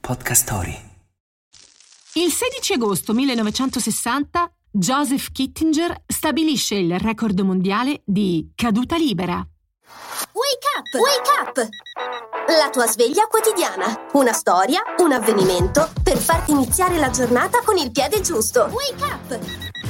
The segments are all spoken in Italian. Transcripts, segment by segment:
Podcast Story. Il 16 agosto 1960 Joseph Kittinger stabilisce il record mondiale di caduta libera. Wake up! Wake up! La tua sveglia quotidiana. Una storia, un avvenimento per farti iniziare la giornata con il piede giusto. Wake up!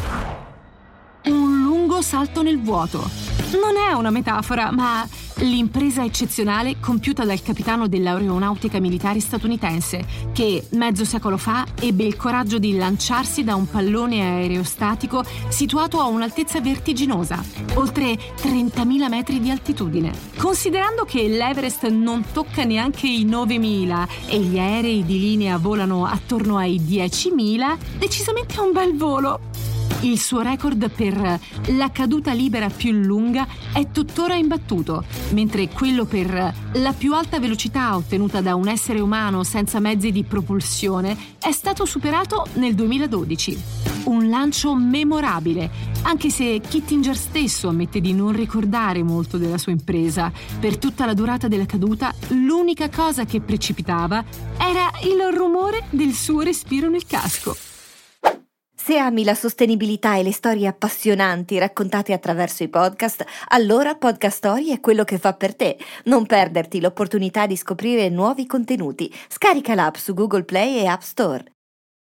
Un lungo salto nel vuoto. Non è una metafora, ma l'impresa eccezionale compiuta dal capitano dell'aeronautica militare statunitense, che mezzo secolo fa ebbe il coraggio di lanciarsi da un pallone aerostatico situato a un'altezza vertiginosa, oltre 30.000 metri di altitudine. Considerando che l'Everest non tocca neanche i 9.000 e gli aerei di linea volano attorno ai 10.000, decisamente è un bel volo. Il suo record per la caduta libera più lunga è tuttora imbattuto, mentre quello per la più alta velocità ottenuta da un essere umano senza mezzi di propulsione è stato superato nel 2012. Un lancio memorabile, anche se Kittinger stesso ammette di non ricordare molto della sua impresa. Per tutta la durata della caduta, l'unica cosa che precipitava era il rumore del suo respiro nel casco. Se ami la sostenibilità e le storie appassionanti raccontate attraverso i podcast, allora Podcast Story è quello che fa per te. Non perderti l'opportunità di scoprire nuovi contenuti. Scarica l'app su Google Play e App Store.